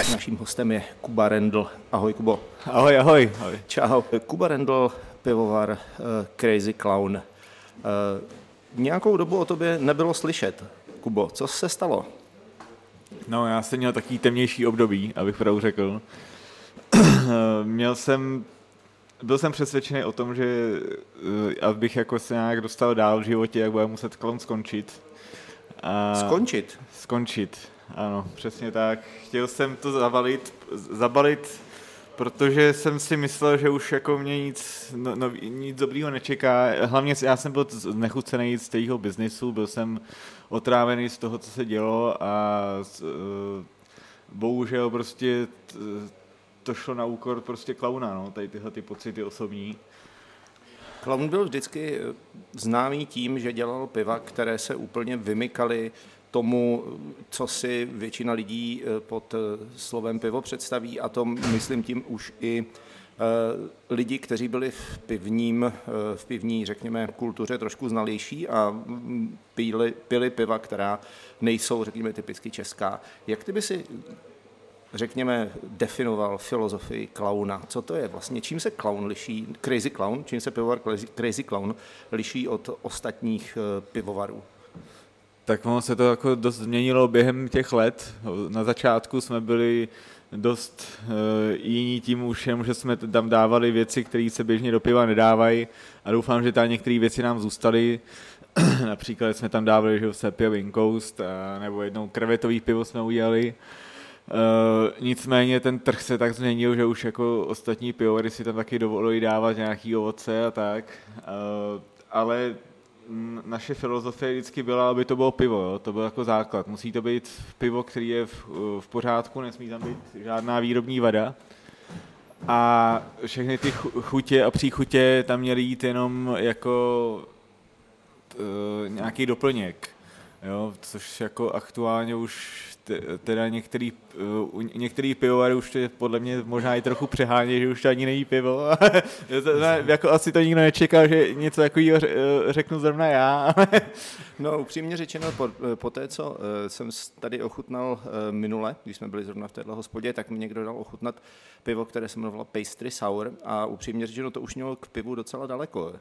Naším hostem je Kuba Rendl. Ahoj, Kubo. Ahoj, ahoj. Ahoj. Čau. Kuba Rendl, pivovar Crazy Clown. Nějakou dobu o tobě nebylo slyšet. Kubo, co se stalo? No, já jsem měl takový temnější období, abych pravdu řekl. Byl jsem přesvědčený o tom, že abych jako se nějak dostal dál v životě, jak bude muset Clown skončit. Skončit? Skončit, ano, přesně tak. Chtěl jsem to zabalit, protože jsem si myslel, že už jako mě nic dobrýho nečeká. Hlavně já jsem byl znechucený z tého biznisu, byl jsem otrávený z toho, co se dělo a bohužel prostě to šlo na úkor prostě Clowna, no, tady tyhle ty pocity osobní. Clown byl vždycky známý tím, že dělal piva, které se úplně vymykaly tomu, co si většina lidí pod slovem pivo představí, a to myslím tím už i lidi, kteří byli v pivní, řekněme, kultuře trošku znalější a pili piva, která nejsou, řekněme, typicky česká. Jak ty by si, řekněme, definoval filozofii klauna? Co to je vlastně? Čím se clown liší, Crazy Clown, čím se pivovar Crazy Clown liší od ostatních pivovarů? Tak ono se to jako dost změnilo během těch let. Na začátku jsme byli dost jiní tím už, že jsme tam dávali věci, které se běžně do piva nedávají, a doufám, že tady některé věci nám zůstaly. Například jsme tam dávali, že se pije Wing Coast, nebo jednou krevetový pivo jsme udělali. Nicméně ten trh se tak změnil, že už jako ostatní pivovary si tam taky dovolili dávat nějaký ovoce a tak, ale naše filozofie vždycky byla, aby to bylo pivo, jo? To byl jako základ. Musí to být pivo, který je v pořádku, nesmí tam být žádná výrobní vada. A všechny ty chutě a příchutě tam měly jít jenom jako nějaký doplněk, jo? Což jako aktuálně už teda některý pivovar už to je podle mě možná i trochu přehání, že už to ani není pivo. Jako asi to nikdo nečekal, že něco takového řeknu zrovna já. No, upřímně řečeno, po té, co jsem tady ochutnal minule, když jsme byli zrovna v téhle hospodě, tak mi někdo dal ochutnat pivo, které se jmenovalo Pastry Sour, a upřímně řečeno, to už mělo k pivu docela daleko.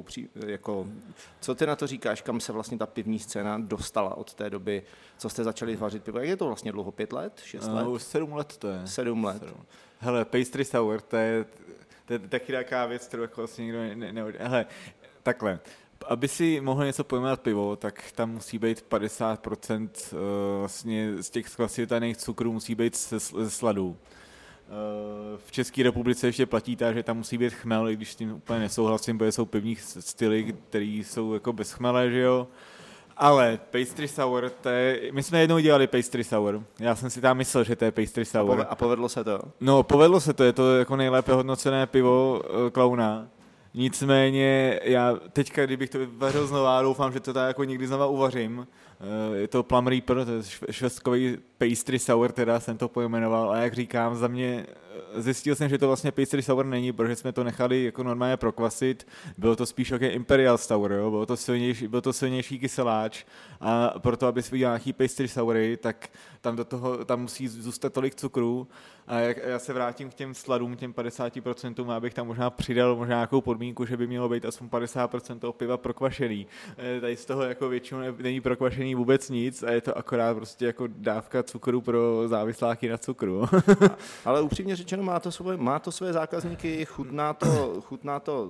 Co ty na to říkáš, kam se vlastně ta pivní scéna dostala od té doby, co jste začali vařit pivo? Jak je to vlastně dlouho? 5 let? 6 let? Už 7 let to je. 7 let. Hele, Pastry Sour, to je taky taková věc, kterou jako vlastně nikdo Hele, takhle. Aby si mohl něco pojmenovat pivo, tak tam musí být 50% vlastně z těch sklasitelných cukrů musí být ze sladů. V České republice ještě platí tak, že tam musí být chmel, i když s tím úplně nesouhlasím, protože jsou pivní styly, které jsou jako bez chmele, že jo. Ale Pastry Sour, my jsme jednou dělali Pastry Sour. Já jsem si tam myslel, že to je Pastry Sour. A povedlo se to? No, povedlo se to, je to jako nejlépe hodnocené pivo Clowna. Nicméně já teďka, kdybych to vařil znova, doufám, že to tak jako někdy znova uvařím. Je to Plum Reaper, to je švestkový Pastry Sour, teda jsem to pojmenoval, a jak říkám, za mě zjistil jsem, že to vlastně Pastry Sour není, protože jsme to nechali jako normálně prokvasit. Bylo to spíš jako Imperial Sour, jo? Byl to silnější kyseláč, a proto, aby si viděl nějaký Pastry Soury, tak tam musí zůstat tolik cukru. A já se vrátím k těm sladům, těm 50%, abych tam možná přidal možná nějakou podmínku, že by mělo být aspoň 50% toho piva prokvašený. Tady z toho jako většinou není prokvašený vůbec nic a je to akorát prostě jako dávka cukru pro závisláky na cukru. Ale upřímně řečeno, má to své zákazníky, chutná to.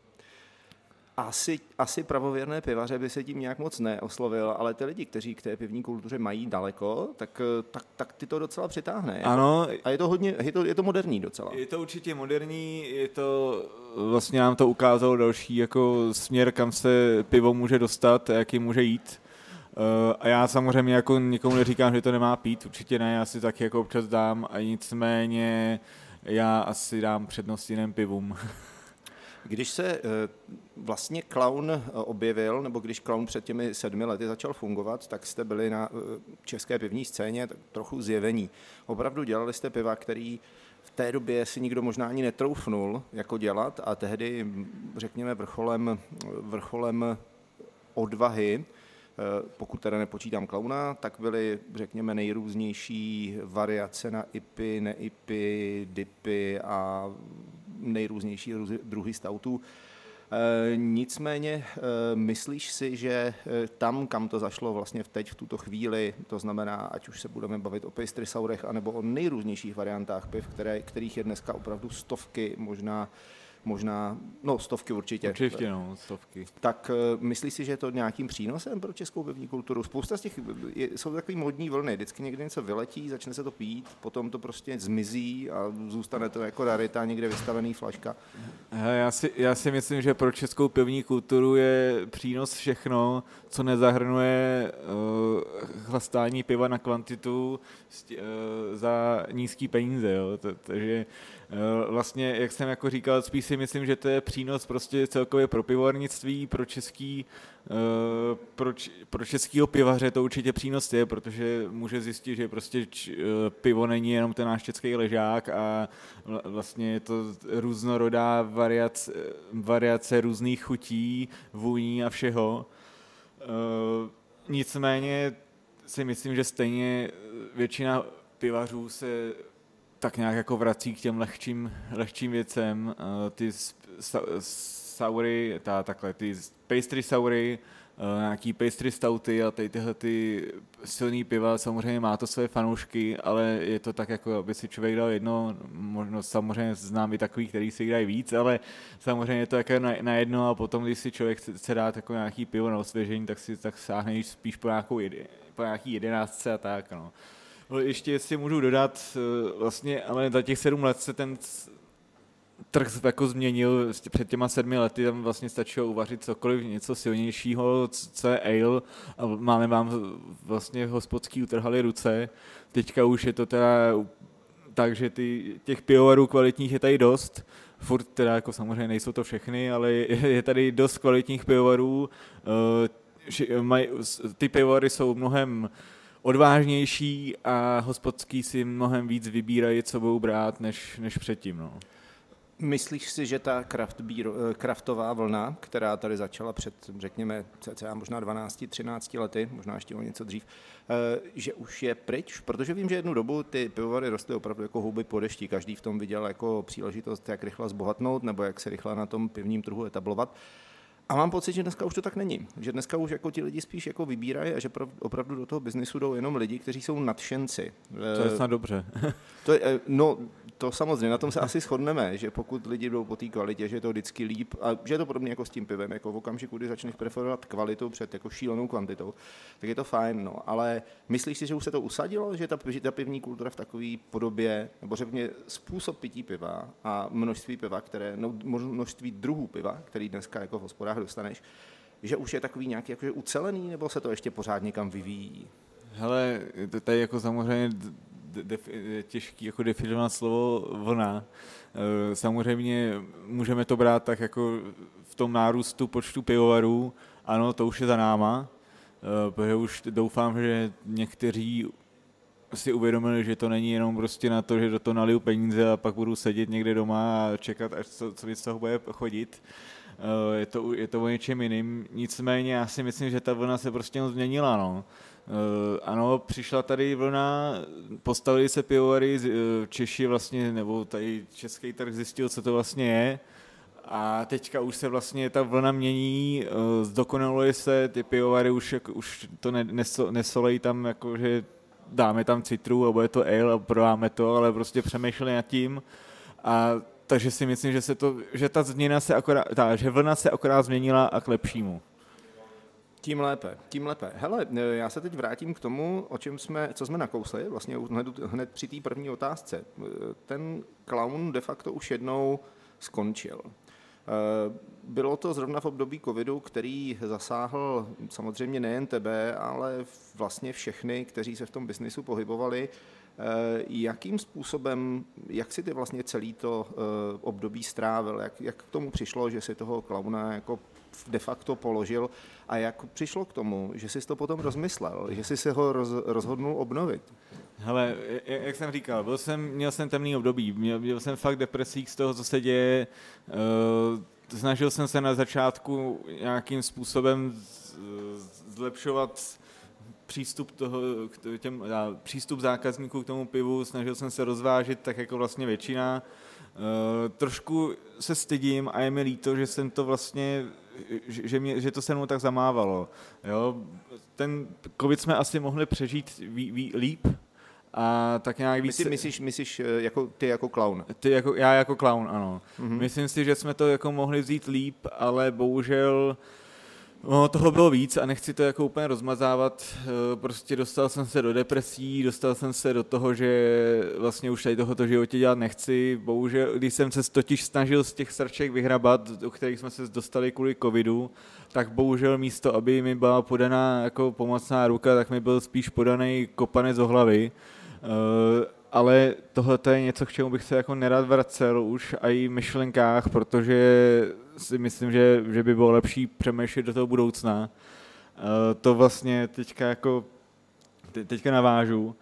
Asi pravověrné pivaře by se tím nějak moc neoslovil, ale ty lidi, kteří k té pivní kultuře mají daleko, tak ty to docela přitáhne. Ano. A je to moderní docela. Je to určitě moderní, vlastně nám to ukázalo další jako směr, kam se pivo může dostat, jaký může jít. A já samozřejmě jako nikomu neříkám, že to nemá pít, určitě ne, já si taky jako občas dám, a nicméně já asi dám přednost jiným pivům. Když se vlastně Clown objevil, nebo když Clown před těmi 7 lety začal fungovat, tak jste byli na české pivní scéně trochu zjevení. Opravdu dělali jste piva, který v té době si nikdo možná ani netroufnul jako dělat, a tehdy, řekněme, vrcholem odvahy Pokud teda nepočítám klauna, tak byly, řekněme, nejrůznější variace na IPy, ne-IPy, DIPy a nejrůznější druhy stoutů. Nicméně myslíš si, že tam, kam to zašlo vlastně teď v tuto chvíli, to znamená, ať už se budeme bavit o pastry sourech, anebo o nejrůznějších variantách piv, kterých je dneska opravdu stovky, možná, stovky určitě. Určitě, stovky. Tak myslíš si, že je to nějakým přínosem pro českou pivní kulturu? Spousta z těch jsou takový modní vlny, vždycky někde něco vyletí, začne se to pít, potom to prostě zmizí a zůstane to jako rarita, někde vystavený flaška. Já si myslím, že pro českou pivní kulturu je přínos všechno, co nezahrnuje chlastání piva na kvantitu za nízký peníze. Jo. Takže vlastně, jak jsem jako říkal, spíš si myslím, že to je přínos prostě celkově pro pivovarnictví, pro českýho pivaře to určitě přínos je, protože může zjistit, že prostě pivo není jenom ten náš český ležák a vlastně je to různorodá variace různých chutí, vůní a všeho. Nicméně si myslím, že stejně většina pivařů se tak nějak jako vrací k těm lehčím věcem. Ty saury, ty pastry saury, nějaký pastry stouty a tyhle ty silný piva, samozřejmě má to své fanoušky, ale je to tak, jako aby si člověk dal jedno, možná samozřejmě znám i takový, který si dají víc, ale samozřejmě je to jako na jedno a potom, když si člověk chce dát jako nějaký pivo na osvěžení, tak sáhne spíš po nějaký 11 a tak, no. Ještě jestli můžu dodat, vlastně, ale za těch 7 let se ten trh jako změnil. Před těma 7 lety tam vlastně stačilo uvařit cokoliv, něco silnějšího, co je ale, a máme vám vlastně hospodský utrhali ruce. Teďka už je to teda tak, že těch pivovarů kvalitních je tady dost. Furt teda jako samozřejmě nejsou to všechny, ale je tady dost kvalitních pivovarů. Ty pivovary jsou mnohem odvážnější a hospodský si mnohem víc vybírají, co budou brát, než předtím. No. Myslíš si, že ta craftová vlna, která tady začala před, řekněme, cca možná 12-13 lety, možná ještě o něco dřív, že už je pryč? Protože vím, že jednu dobu ty pivovary rostly opravdu jako houby po dešti. Každý v tom viděl jako příležitost, jak rychle zbohatnout nebo jak se rychle na tom pivním trhu etablovat. A mám pocit, že dneska už to tak není. Že dneska už jako ti lidi spíš jako vybírají a že opravdu do toho biznisu jdou jenom lidi, kteří jsou nadšenci. To je snad dobře. To samozřejmě, na tom se asi shodneme, že pokud lidi jdou po té kvalitě, že je to vždycky líp a že je to podobně jako s tím pivem, jako v okamžiku, kdy začneš preferovat kvalitu před jako šílenou kvantitou, tak je to fajn, no. Ale myslíš si, že už se to usadilo, že ta pivní kultura v takové podobě, nebo řekněme způsob pití piva a množství piva, množství druhů piva, který dneska jako v hospodách dostaneš, že už je takový nějaký jakože ucelený, nebo se to ještě pořád někam vyvíjí? Hele, tady jako samozřejmě těžký jako definovat slovo vlna. Samozřejmě můžeme to brát tak jako v tom nárůstu počtu pivovarů. Ano, to už je za náma, protože už doufám, že někteří si uvědomili, že to není jenom prostě na to, že do toho naliju peníze a pak budu sedět někde doma a čekat, až co mi z toho bude chodit. Je to o něčem jiným. Nicméně já si myslím, že ta vlna se prostě změnila. No. Ano, přišla tady vlna, postavili se pivovary, Češi vlastně, nebo tady český trh zjistil, co to vlastně je. A teďka už se vlastně ta vlna mění, zdokonaluje se, ty pivovary už to nesolejí tam, jako, že dáme tam citru a bude to ale a prodáme to, ale prostě přemýšleli nad tím. A takže si myslím, že ta změna že vlna se akorát změnila a k lepšímu. Tím lépe. Hele, já se teď vrátím k tomu, co jsme nakousli, vlastně hned při té první otázce. Ten klaun de facto už jednou skončil. Bylo to zrovna v období covidu, který zasáhl samozřejmě nejen tebe, ale vlastně všechny, kteří se v tom biznisu pohybovali. Jakým způsobem, jak si ty vlastně celý to období strávil, jak k tomu přišlo, že si toho klauna jako de facto položil a jak přišlo k tomu, že jsi to potom rozmyslel, že jsi se ho rozhodnul obnovit? Hele, jak jsem říkal, měl jsem temný období, měl jsem fakt depresích z toho, co se děje, snažil jsem se na začátku nějakým způsobem zlepšovat přístup zákazníků k tomu pivu, snažil jsem se rozvážit tak jako vlastně většina. Trošku se stydím a je mi líto, že jsem to vlastně, že to se mnou tak zamávalo. Jo? Ten covid jsme asi mohli přežít líp a tak nějak víc... Myslíš jako ty jako klaun? Já jako klaun, ano. Mm-hmm. Myslím si, že jsme to jako mohli vzít líp, ale bohužel toho bylo víc a nechci to jako úplně rozmazávat. Prostě dostal jsem se do depresí, dostal jsem se do toho, že vlastně už tady tohoto životě dělat nechci. Bohužel, když jsem se totiž snažil z těch sraček vyhrabat, o kterých jsme se dostali kvůli covidu, tak bohužel místo, aby mi byla podaná jako pomocná ruka, tak mi byl spíš podaný kopanec do hlavy. Ale tohle je něco, k čemu bych se jako nerad vracel už a i v myšlenkách, protože si myslím, že by bylo lepší přemýšlet do toho budoucna. To vlastně teďka navážu.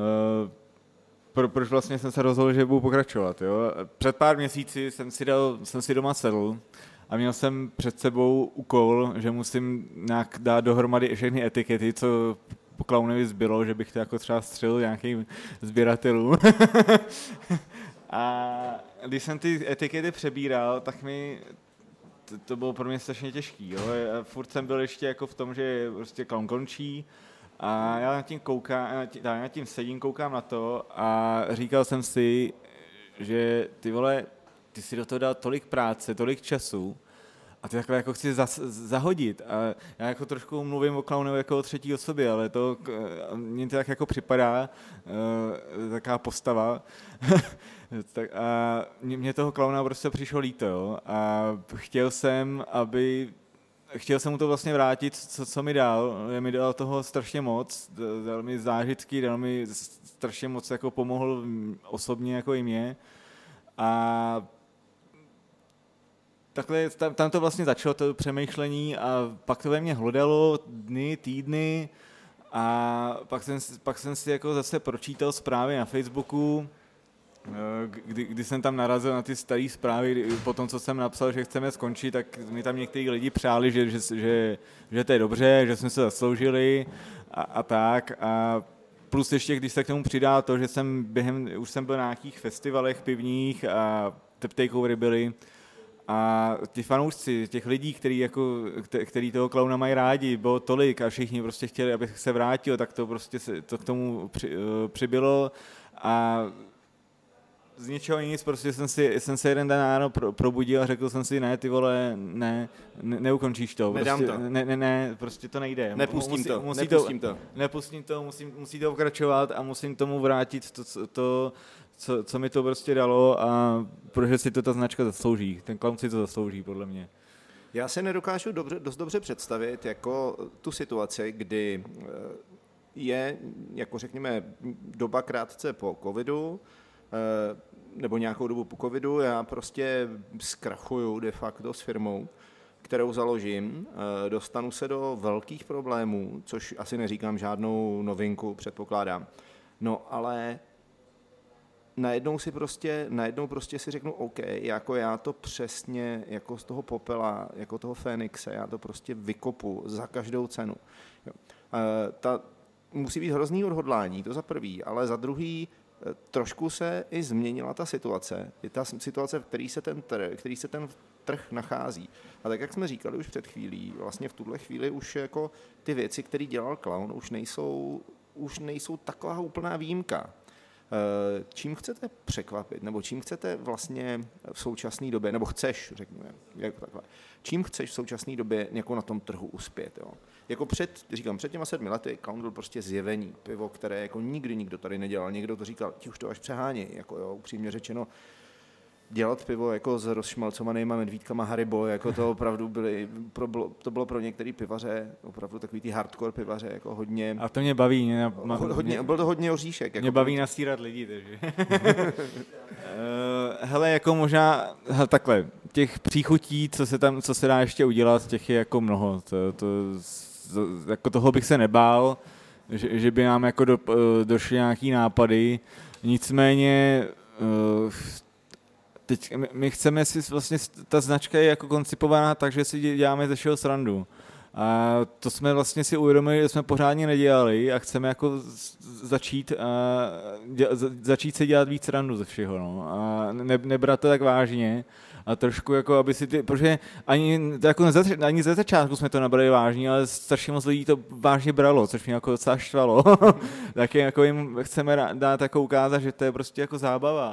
Proč vlastně jsem se rozhodl, že budu pokračovat. Jo? Před pár měsíci jsem si doma sedl a měl jsem před sebou úkol, že musím nějak dát dohromady všechny etikety, co po klaunovi zbylo, že bych to jako třeba střelil nějakým sběratelům. A když jsem ty etikety přebíral, tak to bylo pro mě strašně těžký. Jo? Furt jsem byl ještě jako v tom, že prostě klaun končí a já nad tím koukám, nad tím sedím, koukám na to a říkal jsem si, že ty vole, ty si do toho dal tolik práce, tolik času, a ty takhle jako chci zahodit. A já jako trošku mluvím o klaunovi jako o třetí osobě, ale to mně to tak jako připadá, taková postava. Tak a mě toho klauna prostě přišlo líto, jo? A chtěl jsem mu to vlastně vrátit, co mi dal. Mi dal toho strašně moc, dal mi zážitky, dal mi strašně moc, jako pomohl osobně jako i mě. A takhle tam to vlastně začalo, to přemýšlení a pak to ve mně hlodalo dny, týdny a pak jsem si jako zase pročítal zprávy na Facebooku, kdy jsem tam narazil na ty staré zprávy, po tom, co jsem napsal, že chceme skončit, tak mi tam někteří lidi přáli, že to je dobře, že jsme se zasloužili a tak. A plus ještě, když se k tomu přidá to, že už jsem byl na nějakých festivalech pivních a takeovery byly, a ti fanoušci, těch lidí, který toho klauna mají rádi, bylo tolik a všichni prostě chtěli, abych se vrátil, tak to prostě to k tomu přibylo a z ničeho nic, prostě jsem se jeden den ráno probudil a řekl jsem si, ne, ty vole, neukončíš to. Nedám prostě, to. Ne, prostě to nejde. Nepustím to. Musí to pokračovat a musím tomu vrátit co mi to prostě dalo a protože si to ta značka zaslouží. Ten klaun si to zaslouží, podle mě. Já se nedokážu dost dobře představit jako tu situaci, kdy je, jako řekněme, doba krátce po covidu, nebo nějakou dobu po covidu, já prostě zkrachuju de facto s firmou, kterou založím, dostanu se do velkých problémů, což asi neříkám žádnou novinku, předpokládám. No ale najednou prostě si řeknu, OK, jako já to přesně, jako z toho popela, jako toho Fénixe, já to prostě vykopu za každou cenu. Jo. Musí být hrozný odhodlání, to za prvý, ale za druhý trošku se i změnila ta situace. Je ta situace, v který se ten trh nachází. A tak, jak jsme říkali už před chvílí, vlastně v tuhle chvíli už jako ty věci, které dělal klaun, už nejsou taková úplná výjimka. Čím chcete překvapit, nebo čím chcete vlastně v současné době, nebo chceš, řekněme, jako takhle, čím chceš v současné době jako na tom trhu uspět, jo? Jako před těma 7 lety klaun byl prostě zjevení, pivo, které jako nikdy nikdo tady nedělal, někdo to říkal, ti už to až přehání, jako jo, upřímně řečeno, dělat pivo jako s rozšmalcovanýma medvídkama Haribo, jako to opravdu to bylo pro některý pivaře, opravdu takový ty hardcore pivaře, jako hodně... A to mě baví. Byl to hodně oříšek. Mě baví nastírat lidi, takže... Hele, jako možná, takhle, těch příchutí, co se dá ještě udělat, těch je jako mnoho. Jako toho bych se nebál, že by nám jako došly nějaký nápady, nicméně... My chceme si vlastně, ta značka je jako koncipovaná tak, že si děláme ze všeho srandu. A to jsme vlastně si uvědomili, že jsme pořádně nedělali a chceme jako začít se dělat víc randu ze všeho, no. A nebrat to tak vážně a trošku jako, aby si protože ani ze začátku jsme to nabrali vážně, ale strašně moc lidí to vážně bralo, což mě jako docela štvalo. Tak jako jim chceme dát jako ukázat, že to je prostě jako zábava,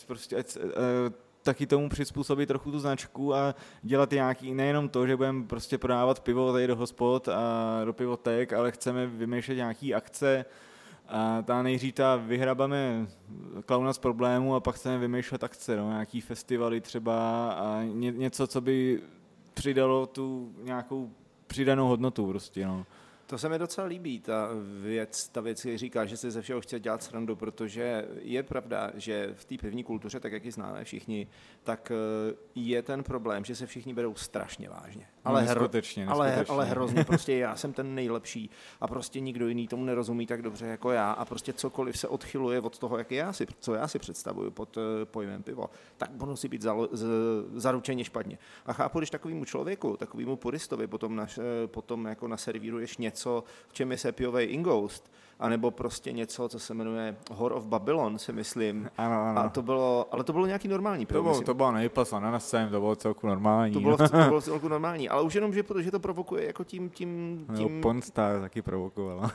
taky tomu přizpůsobit trochu tu značku a dělat nějaký, nejenom to, že budeme prostě prodávat pivo tady do hospod a do pivotek, ale chceme vymýšlet nějaký akce a nejdřív vyhrabeme klauna z problému a pak chceme vymýšlet akce, no, nějaký festivaly třeba a něco, co by přidalo tu nějakou přidanou hodnotu prostě, no. To se mi docela líbí, ta věc, říká, že se ze všeho chce dělat srandu, protože je pravda, že v té pivní kultuře, tak jak ji známe všichni, tak je ten problém, že se všichni berou strašně vážně. Neskutečně. Ale hrozně, prostě já jsem ten nejlepší a prostě nikdo jiný tomu nerozumí tak dobře jako já a prostě cokoliv se odchyluje od toho, co já si představuju pod pojmem pivo, tak musí být zaručeně špatně. A chápu, když takovému člověku, takovému puristovi potom jako naservíruješ něco, v čem je sepiovej Ingoust, anebo prostě něco, co se jmenuje Whore of Babylon, si myslím. Ano. A to bylo nějaký normální pivo. To bylo nejpas ananasem, to bylo celku normální. To bylo celku normální, ale už jenom, že to provokuje jako tím... No, Pornstar taky provokovala.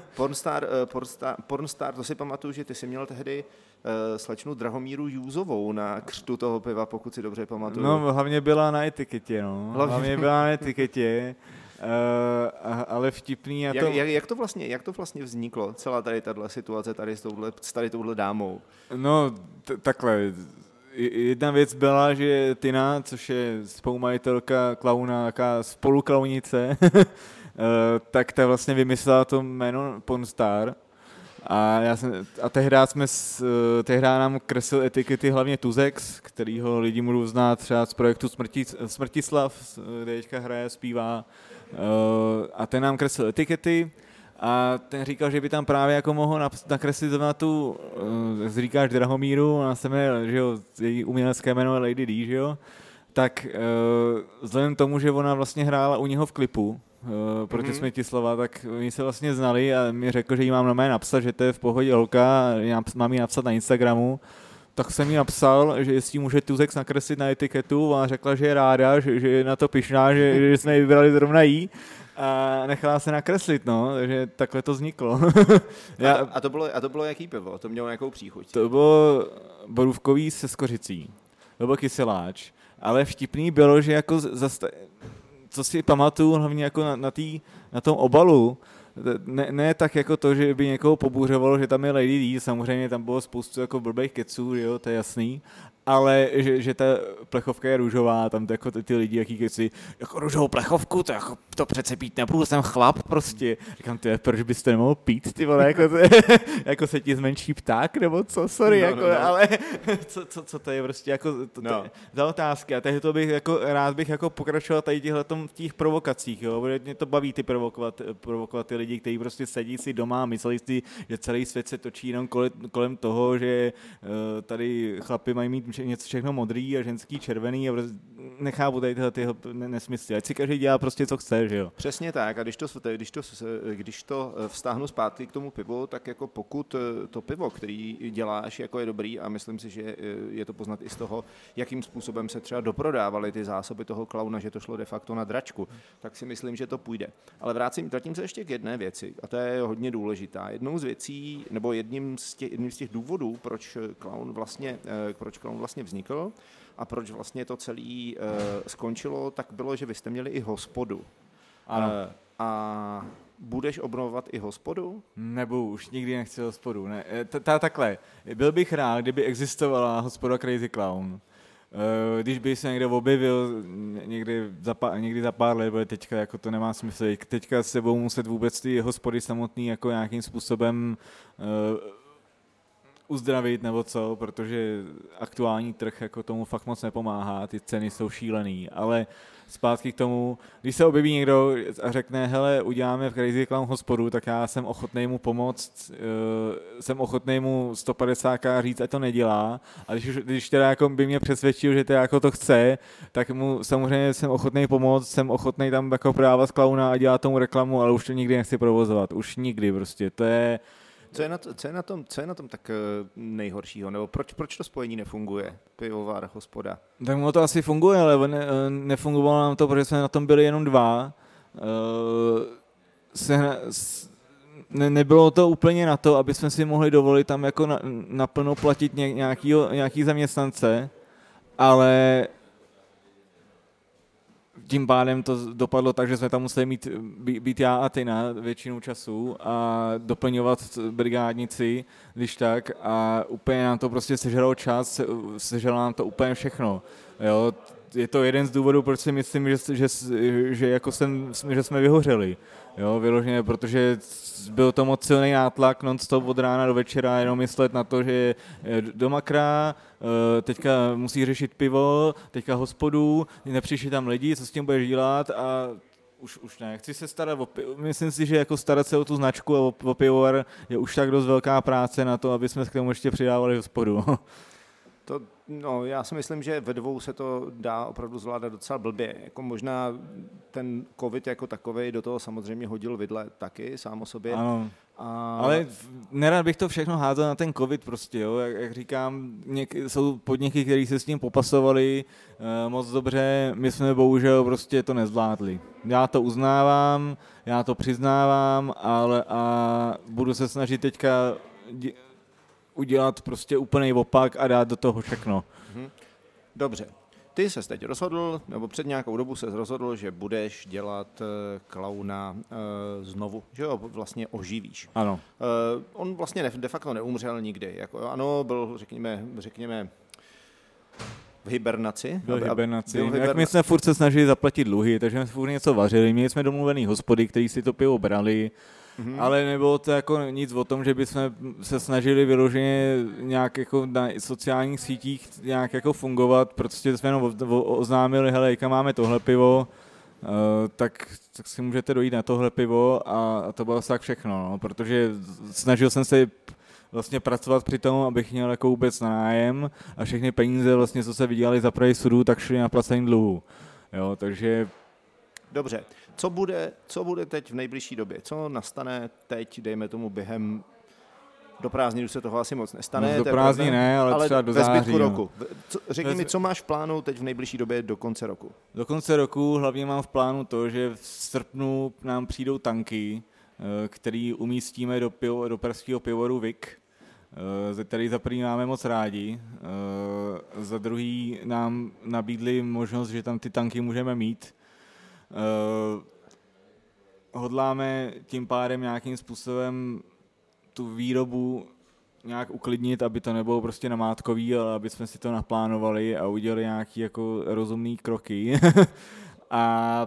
Pornstar, to si pamatuju, že ty jsi měl tehdy slečnu Drahomíru Jůzovou na křtu toho piva, pokud si dobře pamatuju. No, hlavně byla na etiketě, no. Hlavně byla na etiketě. Ale vtipný a to... Jak to vlastně vzniklo, celá tady tato situace tady s touhle dámou? No, takhle. Jedna věc byla, že Tina, což je spolumajitelka klauna, taká spoluklaunice, tak ta vlastně vymyslela to jméno Pornstar. A tehdy nám kreslil etikety hlavně Tuzex, kterýho lidi můžou znát třeba z projektu Smrtislav, kde teďka hraje, zpívá. A ten nám kreslil etikety a ten říkal, že by tam právě jako mohl nakreslit na tu, jak říkáš, Drahomíru, ona se jmenuje, že jo, její umělecké jméno je Lady D, že jo, tak vzhledem tomu, že ona vlastně hrála u něho v klipu proti Smrtislava, tak oni se vlastně znali a mi řekl, že jí mám na mé napsat, že to je v pohodě holka, mám jí napsat na Instagramu. Tak jsem jí napsal, že jestli může Tuzex nakreslit na etiketu a řekla, že je ráda, že je na to pyšná, že jsme ji vybrali zrovna jí a nechala se nakreslit, no, takže takhle to vzniklo. A to bylo jaký pivo? To mělo nějakou příchuť? To bylo borůvkový se skořicí, to byl kyseláč, ale vtipný bylo, že jako co si pamatuju hlavně jako na tom obalu, ne tak jako to, že by někoho pobouřovalo, že tam je Lady D, samozřejmě tam bylo spoustu jako blbých keců, jo, to je jasný, ale že ta plechovka je růžová, tam jako ty lidi, jaký keci, jako růžovou plechovku, to přece pít nebudu, jsem chlap prostě. Říkám, proč byste nemohl pít, ty vole, jako se ti zmenší pták, nebo co, sorry, ale co to je prostě jako za otázky. A tehdy to bych jako, rád bych jako pokračoval tady v těch provokacích, jo, protože mě to baví ty provokovat ty lidi, kteří prostě sedí si doma a myslí si, že celý svět se točí jenom kolem toho, že tady chlapi mají mít něco všechno modrý a ženský červený a nechápu tady tyhle nesmysly. Ať si každý dělá prostě, co chce, že jo. Přesně tak. A když to vztáhnu zpátky k tomu pivu, tak jako pokud to pivo, který děláš, jako je dobrý a myslím si, že je to poznat i z toho, jakým způsobem se třeba doprodávaly ty zásoby toho klauna, že to šlo de facto na dračku, tak si myslím, že to půjde. Ale vrátím se ještě k jedné věci a to je hodně důležitá. Jednou z věcí, nebo jedním z těch důvodů, proč klaun vlastně vznikl a proč vlastně to celé skončilo, tak bylo, že vy jste měli i hospodu. Ano. A budeš obnovovat i hospodu? Nebudu, už nikdy nechci hospodu. Ne. Takhle, byl bych rád, kdyby existovala hospoda Crazy Clown. Když by se někde objevil někdy za pár let, protože teďka jako to nemá smysl. Teďka se budou muset vůbec ty hospody samotný jako nějakým způsobem uzdravit nebo co, protože aktuální trh jako tomu fakt moc nepomáhá, ty ceny jsou šílený, ale zpátky k tomu, když se objeví někdo a řekne, hele, uděláme v Crazy Clown hospodu, tak já jsem ochotnej mu pomoct, jsem ochotnej mu 150 říct, ať to nedělá, a když teda jako by mě přesvědčil, že teda jako to chce, tak mu samozřejmě jsem ochotnej pomoct, jsem ochotnej tam jako prodávat klauna a dělat tomu reklamu, ale už to nikdy nechci provozovat, už nikdy prostě, to je... Co je na tom tak nejhoršího? Nebo proč to spojení nefunguje? Pivovar, hospoda. Tak mu to asi funguje, ale nefungovalo nám to, protože jsme na tom byli jenom dva. Nebylo to úplně na to, aby jsme si mohli dovolit tam jako naplno platit nějaký zaměstnance, ale tím pádem to dopadlo tak, že jsme tam museli být já a ty na většinu času a doplňovat brigádnici, když tak, a úplně nám to prostě sežralo čas, sežralo nám to úplně všechno. Jo? Je to jeden z důvodů, proč si myslím, že jsme vyhořeli. Jo, vyloženě, protože byl to moc silný nátlak non-stop od rána do večera, jenom myslet na to, že do makra, teďka musí řešit pivo, teďka hospodu, nepřišli tam lidi, co s tím budeš dělat, a už ne, chci se starat o pivo. Myslím si, že jako starat se o tu značku a o pivovar je už tak dost velká práce na to, aby jsme k tomu ještě přidávali hospodu. Já si myslím, že ve dvou se to dá opravdu zvládat docela blbě. Jako možná ten covid jako takovej do toho samozřejmě hodil vidle taky, sám o sobě. Ano. Ale nerad bych to všechno házel na ten covid prostě, jo. Jak říkám, jsou podniky, které se s tím popasovali moc dobře, my jsme bohužel prostě to nezvládli. Já to uznávám, já to přiznávám, ale budu se snažit teďka udělat prostě úplný opak a dát do toho všechno. Dobře. Ty ses teď rozhodl, nebo před nějakou dobu ses rozhodl, že budeš dělat klauna znovu, že ho vlastně oživíš. Ano. On vlastně de facto neumřel nikdy. Jako, ano, byl, řekněme v hibernaci. Byl v hibernaci. Jak my jsme furt se snažili zaplatit dluhy, takže jsme furt něco vařili, měli jsme domluvený hospody, který si to pivo brali, ale nebylo to jako nic o tom, že bychom se snažili vyloženě nějak jako na sociálních sítích nějak jako fungovat, protože jsme jenom oznámili, hele, kam máme tohle pivo, tak si můžete dojít na tohle pivo, a to bylo tak všechno, no, protože snažil jsem se vlastně pracovat při tom, abych měl jako vůbec nájem, a všechny peníze vlastně, co se vydělali za prodej sudů, tak šly na placení dluhu. Jo, takže... Dobře. Co bude teď v nejbližší době? Co nastane teď, dejme tomu, během do prázdnin, už se toho asi moc nestane. No, do prázdnin ne, ale třeba do září. Ve zbytku roku. Řekni mi, co máš v plánu teď v nejbližší době do konce roku? Do konce roku hlavně mám v plánu to, že v srpnu nám přijdou tanky, který umístíme do pražského pivovaru Vik, ze který za první máme moc rádi. Za druhý nám nabídli možnost, že tam ty tanky můžeme mít. Hodláme tím pádem nějakým způsobem tu výrobu nějak uklidnit, aby to nebylo prostě namátkový, ale aby jsme si to naplánovali a udělali nějaký jako rozumný kroky. a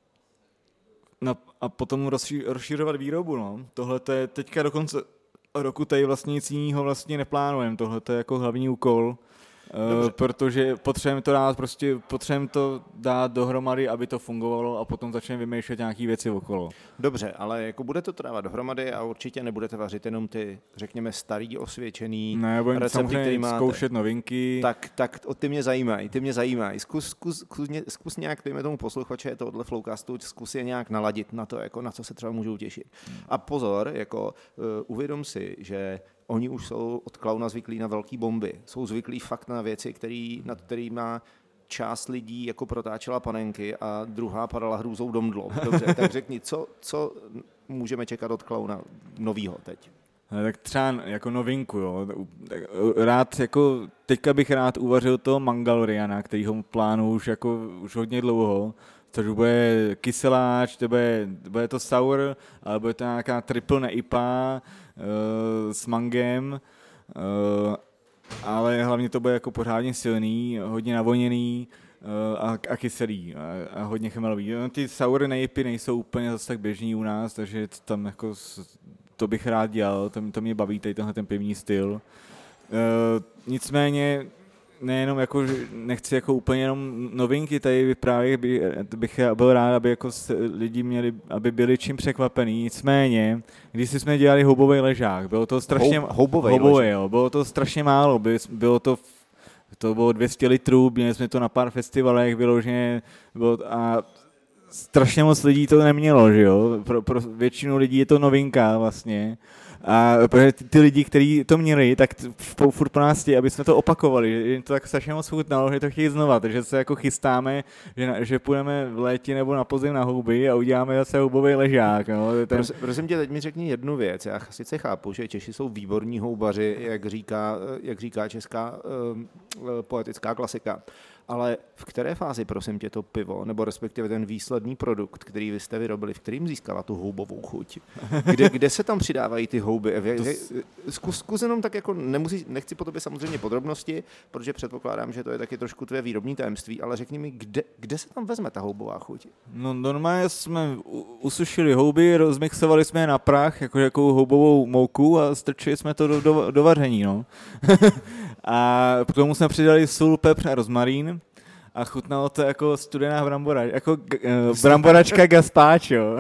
potom rozšiřovat výrobu. No. Tohle je teďka do konce roku tady vlastně nic jiného vlastně neplánujeme. Tohle je jako hlavní úkol. Protože potřebujeme to dát dohromady, aby to fungovalo, a potom začneme vymýšlet nějaké věci okolo. Dobře, ale jako bude to dávat dohromady a určitě nebudete vařit jenom ty, řekněme, starý osvědčený recepty, který máte. Zkoušet novinky. Tak ty mě zajímají. Zkus nějak, dejme tomu posluchače tohle Flowcastu, zkus je nějak naladit na to, jako na co se třeba můžou těšit. A pozor, jako uvědom si, že oni už jsou od klauna zvyklí na velký bomby. Jsou zvyklí fakt na věci, nad kterýma část lidí jako protáčela panenky a druhá padala hrůzou do mdlo. Dobře, tak řekni, co můžeme čekat od klauna novýho teď? Tak třeba jako novinku, jo. Teďka bych rád uvařil toho Mangaloriana, kterýho plánu už hodně dlouho, což bude kyseláč, bude to sour, ale bude to nějaká triple neipa s mangem, ale hlavně to bude jako pořádně silný, hodně navoněný a kyselý a hodně chmelový. Ty sour neipy nejsou úplně zase tak běžný u nás, takže tam jako to bych rád dělal, to mě baví tady tenhle ten pivní styl. Nicméně nejenom jako, že nechci jako úplně jenom novinky tady vyprávět, bych byl rád, aby jako lidi měli, aby byli čím překvapený. Nicméně, když jsme dělali houbový ležák, bylo to strašně houbový, jo, bylo to strašně málo, bylo to bylo 200 litrů, měli jsme to na pár festivalech vyloženě a strašně moc lidí to nemělo, že jo? Pro většinu lidí je to novinka vlastně. A protože ty lidi, kteří to měli, tak furt po nás chtějí, aby jsme to opakovali, že jim to tak strašně moc chutnalo, že to chtějí znova, takže se jako chystáme, že půjdeme v létě nebo na podzim na houby a uděláme zase houbový ležák. No. Prosím tě, teď mi řekni jednu věc, já sice chápu, že Češi jsou výborní houbaři, jak říká česká poetická klasika, ale v které fázi, prosím tě, to pivo, nebo respektive ten výsledný produkt, který vy jste vyrobili, v kterým získala tu houbovou chuť? Kde se tam přidávají ty houby? Zkus jenom tak jako, nechci po tobě samozřejmě podrobnosti, protože předpokládám, že to je taky trošku tvé výrobní tajemství, ale řekni mi, kde se tam vezme ta houbová chuť? No normálně jsme usušili houby, rozmixovali jsme je na prach, jako houbovou mouku a strčili jsme to do vaření, no. A k tomu jsme přidali sůl, pepř a rozmarín a chutnalo to jako studená bramboračka, jako bramboračka gazpacho.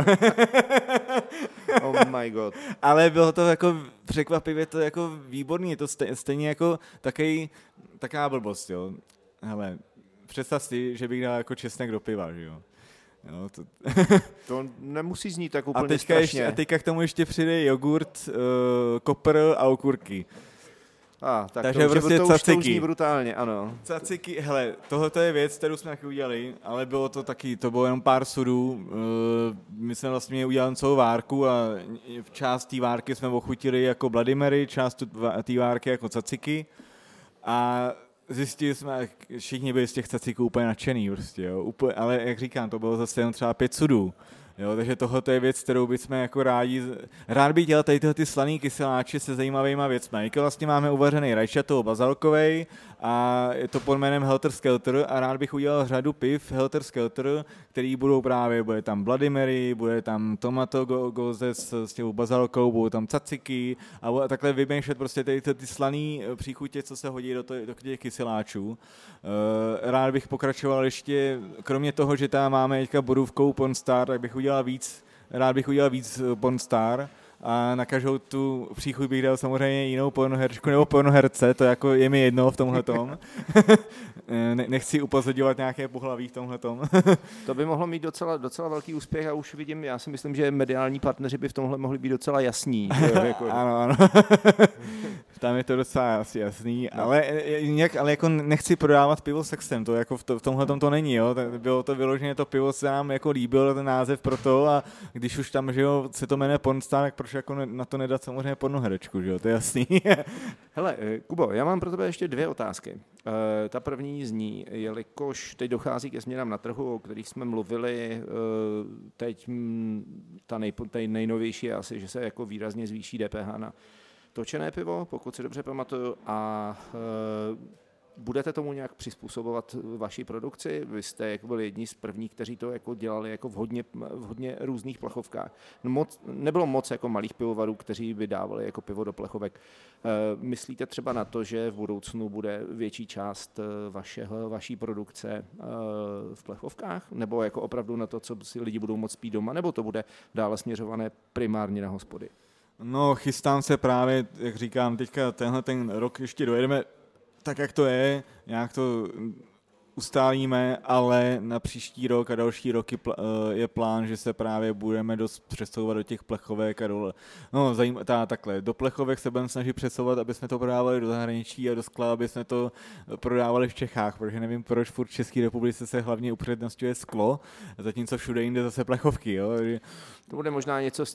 Oh my god. Ale bylo to jako překvapivě to jako výborný, je to stejně jako taková blbost, jo. Hele, představ si, že bych dal jako česnek do piva, že jo. Jo, to nemusí znít tak úplně strašně. A teďka k tomu ještě přijde jogurt, kopr a okurky. Takže to prostě to už zní brutálně, ano. Caciky, hele, tohle je věc, kterou jsme taky udělali, ale bylo to taky, to bylo jenom pár sudů. My jsme vlastně udělali celou várku a v část té várky jsme ochutili jako Bloody Mary, část té várky jako caciky a zjistili jsme, všichni byli z těch caciků úplně nadšený prostě, jo. Ale jak říkám, to bylo zase jen třeba 5 sudů. Jo, takže tohle je věc, kterou bychom jako rád bych dělal tady tyhle ty slaný kyseláče se zajímavýma věcmi. Jako vlastně máme uvařený rajčatou bazalkovej a je to pod jménem Helter Skelter a rád bych udělal řadu piv Helter Skelter, který budou právě, bude tam Bloody Mary, bude tam tomato goze s těm bazalkou, budou tam caciky a takhle vymýšlet prostě ty slaný příchutě, co se hodí do těch kyseláčů. Rád bych pokračoval ještě, kromě toho, že tam máme teďka bodůvkou Pornstar, tak rád bych udělal víc Pornstar a na každou tu příchuť bych dal samozřejmě jinou pornoherčku nebo pornoherce, to jako je mi jedno v tomhletom. Nechci upozorňovat nějaké pohlaví v tomhletom. To by mohlo mít docela velký úspěch a už vidím, já si myslím, že mediální partneři by v tomhle mohli být docela jasní. Jako... ano. Tam je to docela asi jasný, no. ale jako nechci prodávat pivo sexem, to jako v tomhletom to není, jo. Bylo to vyloženě, to pivo se nám jako líbil, ten název pro to a když už tam, že jo, se to jmenuje Pornstar, tak proč jako na to nedat samozřejmě pornoherečku, že jo, to je jasný. Hele, Kubo, já mám pro tebe ještě 2 otázky. Ta první zní, jelikož teď dochází ke změnám na trhu, o kterých jsme mluvili, teď ta nejnovější je asi, že se jako výrazně zvýší DPH na točené pivo, pokud si dobře pamatuju, a budete tomu nějak přizpůsobovat vaší produkci? Vy jste jako byli jedni z prvních, kteří to jako dělali jako v hodně různých plechovkách. Nebylo moc jako malých pivovarů, kteří by dávali jako pivo do plechovek. Myslíte třeba na to, že v budoucnu bude větší část vaší produkce v plechovkách? Nebo jako opravdu na to, co si lidi budou moct pít doma? Nebo to bude dále směřované primárně na hospody? No, chystám se právě, jak říkám, teďka ten rok ještě dojedeme tak, jak to je, nějak to ustálíme, ale na příští rok a další roky je plán, že se právě budeme dost přesouvat do těch plechovek a takhle. Do plechovek se budeme snažit přesouvat, aby jsme to prodávali do zahraničí a do skla, aby jsme to prodávali v Čechách, protože nevím, proč furt v České republice se hlavně upřednostňuje sklo, zatímco všude jinde zase plechovky, jo. To bude možná něco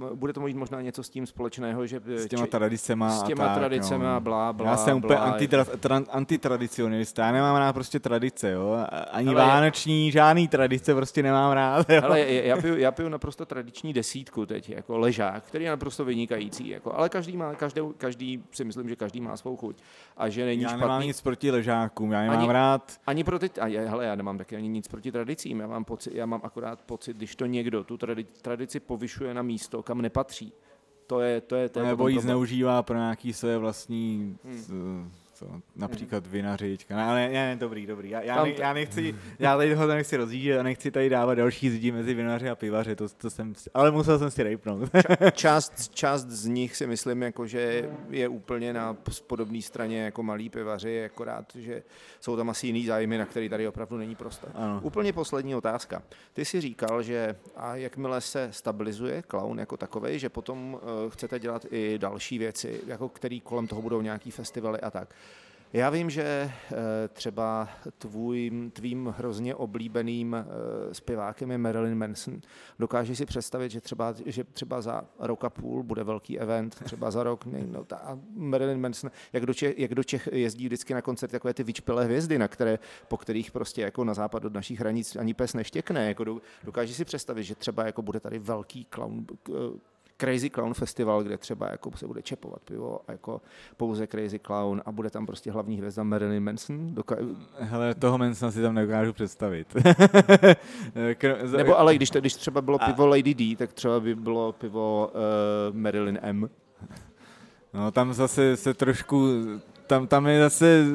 s tím společného, že s těma tradicema a blá. Já jsem úplně antitradicionalista, já nemám rád prostě tradice, jo. Ani vánoční, žádný tradice prostě nemám rád. Jo? Ale já piju naprosto tradiční desítku teď, jako ležák, který je naprosto vynikající, jako, ale každý si myslím, že každý má svou chuť a že není špatný. Já nemám nic proti ležákům, já nemám rád. Já nemám taky ani nic proti tradicím, já mám akorát pocit, když to někdo tu tradici povyšuje na místo, kam nepatří, To je nebo ji zneužívá pro nějaký své vlastní... například vinaři. Ale ne, dobrý. Já tady toho nechci rozjíždět a nechci tady dávat další zdi mezi vinaři a pivaři, ale musel jsem si rejpnout. Část z nich si myslím, jako, že je úplně na podobné straně jako malí pivaři, akorát, že jsou tam asi jiný zájmy, na který tady opravdu není prostor. Ano. Úplně poslední otázka. Ty jsi říkal, že a jakmile se stabilizuje klaun jako takovej, že potom chcete dělat i další věci, jako který kolem toho budou nějaký festivaly a tak. Já vím, že třeba tvým hrozně oblíbeným zpěvákem je Marilyn Manson. Dokážeš si představit, že třeba za rok a půl bude velký event, třeba za rok, a Marilyn Manson, jak do Čech jezdí vždycky na koncerty takové ty vyčpělé hvězdy, po kterých prostě jako na západ od našich hranic ani pes neštěkne. Jako dokážeš si představit, že třeba jako bude tady velký Crazy Clown Festival, kde třeba jako se bude čepovat pivo a jako pouze Crazy Clown a bude tam prostě hlavní hvězda Marilyn Manson. Hele, toho Mansona si tam nedokážu představit. Nebo ale když třeba bylo pivo Lady D, tak třeba by bylo pivo Marilyn M. No tam zase se trošku, tam je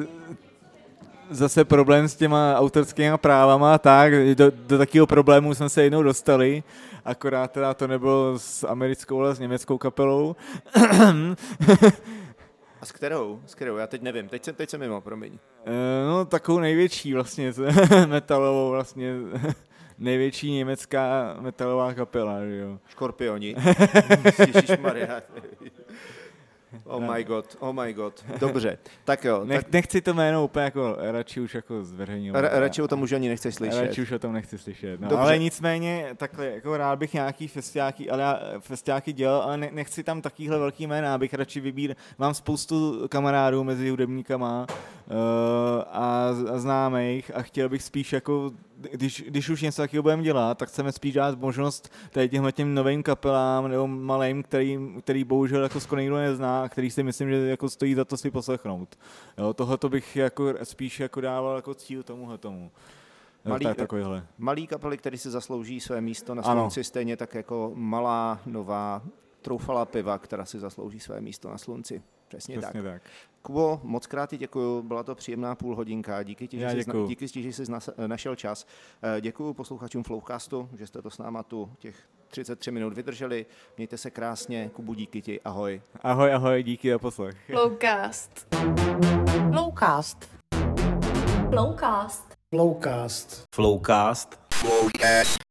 zase problém s těma autorskými právama, tak do takového problému jsme se jednou dostali, akorát teda to nebylo s americkou, ale s německou kapelou. A s kterou? Já teď nevím, teď jsem mimo, promiň. No takovou největší vlastně, metalovou vlastně, největší německá metalová kapela, jo. Škorpioni. Ježišmarja. Oh my god. Dobře, tak jo. Nechci to jméno úplně jako radši už jako zveřejňovat. Radši o tom už ani nechceš slyšet. Radši už o tom nechci slyšet. No, ale nicméně takhle, jako rád bych nějaký festiáky dělal, ale nechci tam takovýhle velký jména, abych radši mám spoustu kamarádů mezi hudebníkama a známých a chtěl bych spíš jako když už něco takového budeme dělat, tak chceme spíš dát možnost tady těm novým kapelám nebo malým, který bohužel jako skoro nikdo nezná a který si myslím, že jako stojí za to si poslechnout. Jo, tohoto bych jako spíš jako dával jako cíl tomu. Malý kapely, který si zaslouží své místo na slunci, stejně tak jako malá, nová, troufalá piva, která si zaslouží své místo na slunci. Přesně tak. Kubo, moc krát ti děkuju, byla to příjemná půlhodinka, díky ti, že jsi našel čas. Děkuju posluchačům Flowcastu, že jste to s náma tu těch 33 minut vydrželi. Mějte se krásně, Kubu, díky ti, ahoj. Ahoj, díky za poslech. Flowcast.